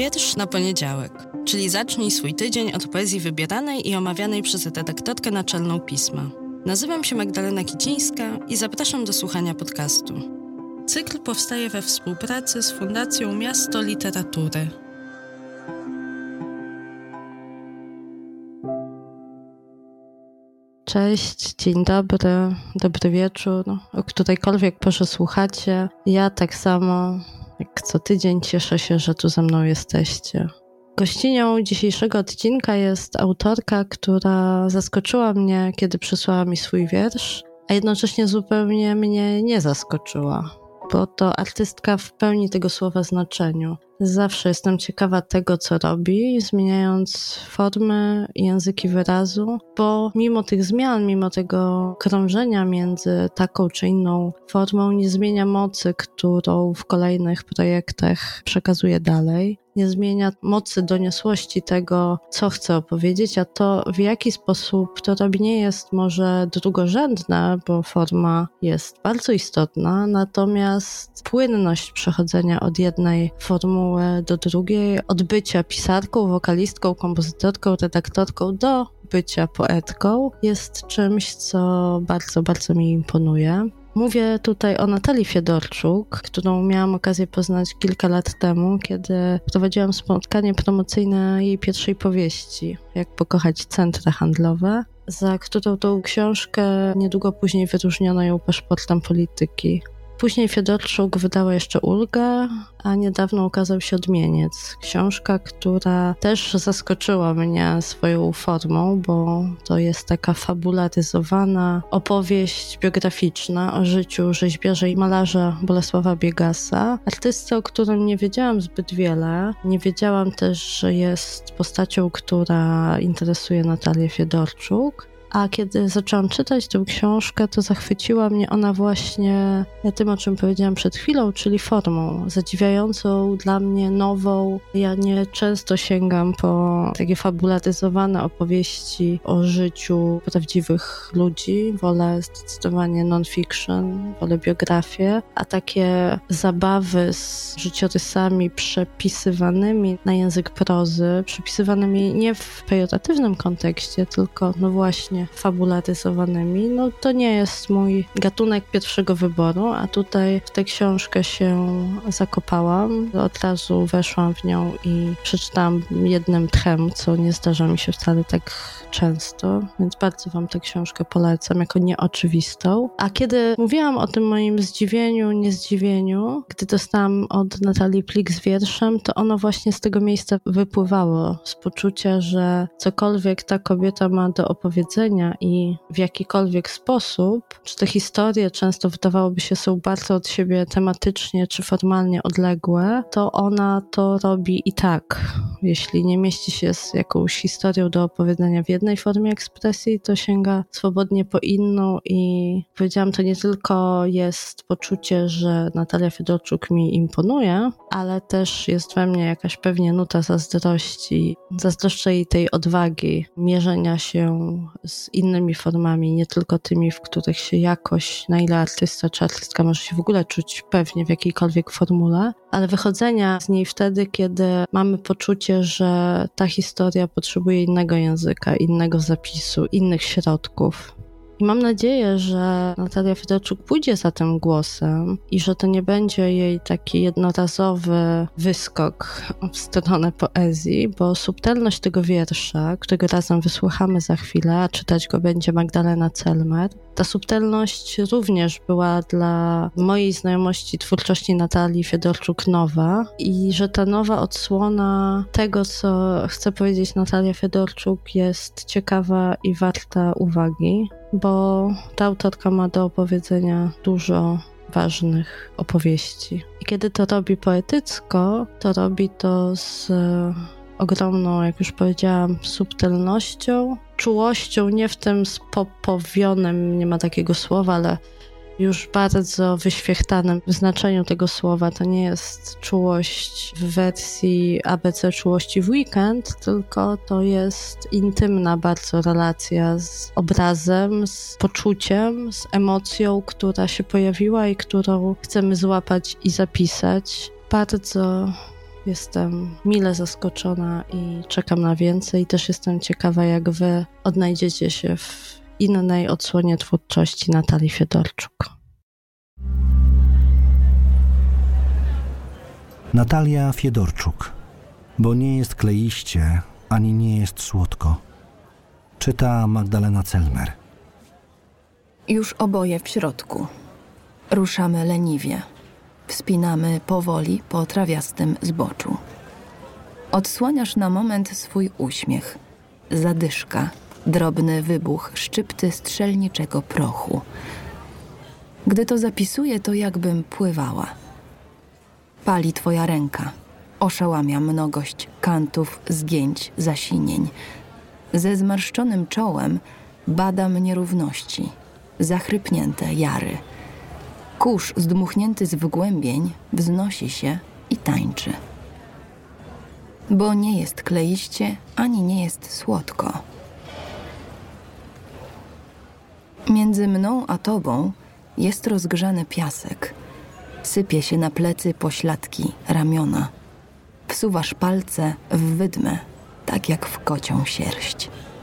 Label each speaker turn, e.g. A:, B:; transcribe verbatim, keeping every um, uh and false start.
A: Wiersz na poniedziałek, czyli zacznij swój tydzień od poezji wybieranej i omawianej przez redaktorkę naczelną pisma. Nazywam się Magdalena Kicińska i zapraszam do słuchania podcastu. Cykl powstaje we współpracy z Fundacją Miasto Literatury. Cześć, dzień dobry, dobry wieczór, o którejkolwiek porze słuchacie. Ja tak samo jak co tydzień cieszę się, że tu ze mną jesteście. Gościnią dzisiejszego odcinka jest autorka, która zaskoczyła mnie, kiedy przysłała mi swój wiersz, a jednocześnie zupełnie mnie nie zaskoczyła, bo to artystka w pełni tego słowa znaczeniu. Zawsze jestem ciekawa tego, co robi, zmieniając formy i języki wyrazu, bo mimo tych zmian, mimo tego krążenia między taką czy inną formą, nie zmienia mocy, którą w kolejnych projektach przekazuje dalej. Nie zmienia mocy doniosłości tego, co chce opowiedzieć, a to, w jaki sposób to robi, nie jest może drugorzędne, bo forma jest bardzo istotna, natomiast płynność przechodzenia od jednej formuły do drugiej, od bycia pisarką, wokalistką, kompozytorką, redaktorką do bycia poetką jest czymś, co bardzo, bardzo mi imponuje. Mówię tutaj o Natalii Fiedorczuk, którą miałam okazję poznać kilka lat temu, kiedy prowadziłam spotkanie promocyjne jej pierwszej powieści, Jak pokochać centra handlowe, za którą tą książkę niedługo później wyróżniono ją paszportem polityki. Później Fiedorczuk wydała jeszcze Ulgę, a niedawno ukazał się Odmieniec. Książka, która też zaskoczyła mnie swoją formą, bo to jest taka fabularyzowana opowieść biograficzna o życiu rzeźbiarza i malarza Bolesława Biegasa. Artysty, o którym nie wiedziałam zbyt wiele. Nie wiedziałam też, że jest postacią, która interesuje Natalię Fiedorczuk. A kiedy zaczęłam czytać tę książkę, to zachwyciła mnie ona właśnie tym, o czym powiedziałam przed chwilą, czyli formą zadziwiającą dla mnie, nową. Ja nie często sięgam po takie fabularyzowane opowieści o życiu prawdziwych ludzi. Wolę zdecydowanie non-fiction, wolę biografię, a takie zabawy z życiorysami przepisywanymi na język prozy, przepisywanymi nie w pejoratywnym kontekście, tylko no właśnie fabularyzowanymi, no to nie jest mój gatunek pierwszego wyboru, a tutaj w tę książkę się zakopałam. Od razu weszłam w nią i przeczytałam jednym tchem, co nie zdarza mi się wcale tak często, więc bardzo wam tę książkę polecam jako nieoczywistą. A kiedy mówiłam o tym moim zdziwieniu, niezdziwieniu, gdy dostałam od Natalii plik z wierszem, to ono właśnie z tego miejsca wypływało, z poczucia, że cokolwiek ta kobieta ma do opowiedzenia i w jakikolwiek sposób, czy te historie często wydawałoby się są bardzo od siebie tematycznie czy formalnie odległe, to ona to robi i tak. Jeśli nie mieści się z jakąś historią do opowiedzenia w jednej formie ekspresji, to sięga swobodnie po inną i powiedziałam, to nie tylko jest poczucie, że Natalia Fiedorczuk mi imponuje, ale też jest we mnie jakaś pewnie nuta zazdrości. Zazdroszczę jej tej odwagi mierzenia się z innymi formami, nie tylko tymi, w których się jakoś, na ile artysta czy artystka może się w ogóle czuć pewnie w jakiejkolwiek formule, ale wychodzenia z niej wtedy, kiedy mamy poczucie, że ta historia potrzebuje innego języka, innego zapisu, innych środków. I mam nadzieję, że Natalia Fiedorczuk pójdzie za tym głosem i że to nie będzie jej taki jednorazowy wyskok w stronę poezji, bo subtelność tego wiersza, którego razem wysłuchamy za chwilę, a czytać go będzie Magdalena Celmer, ta subtelność również była dla mojej znajomości twórczości Natalii Fiedorczuk nowa i że ta nowa odsłona tego, co chce powiedzieć Natalia Fiedorczuk, jest ciekawa i warta uwagi, bo ta autorka ma do opowiedzenia dużo ważnych opowieści. I kiedy to robi poetycko, to robi to z ogromną, jak już powiedziałam, subtelnością, czułością, nie w tym spopowionym, nie ma takiego słowa, ale już bardzo wyświechtanym w znaczeniu tego słowa. To nie jest czułość w wersji A B C czułości w weekend, tylko to jest intymna bardzo relacja z obrazem, z poczuciem, z emocją, która się pojawiła i którą chcemy złapać i zapisać. Bardzo Jestem mile zaskoczona i czekam na więcej. Też jestem ciekawa, jak wy odnajdziecie się w innej odsłonie twórczości Natalii Fiedorczuk.
B: Natalia Fiedorczuk. Bo nie jest kleiście, ani nie jest słodko. Czyta Magdalena Celmer.
C: Już oboje w środku. Ruszamy leniwie. Wspinamy powoli po trawiastym zboczu. Odsłaniasz na moment swój uśmiech. Zadyszka, drobny wybuch szczypty strzelniczego prochu. Gdy to zapisuję, to jakbym pływała. Pali twoja ręka. Oszałamia mnogość kantów, zgięć, zasinień. Ze zmarszczonym czołem badam nierówności, zachrypnięte jary. Kurz zdmuchnięty z wgłębień wznosi się i tańczy. Bo nie jest kleiście, ani nie jest słodko. Między mną a tobą jest rozgrzany piasek. Sypie się na plecy pośladki, ramiona. Wsuwasz palce w wydmę, tak jak w kocią sierść.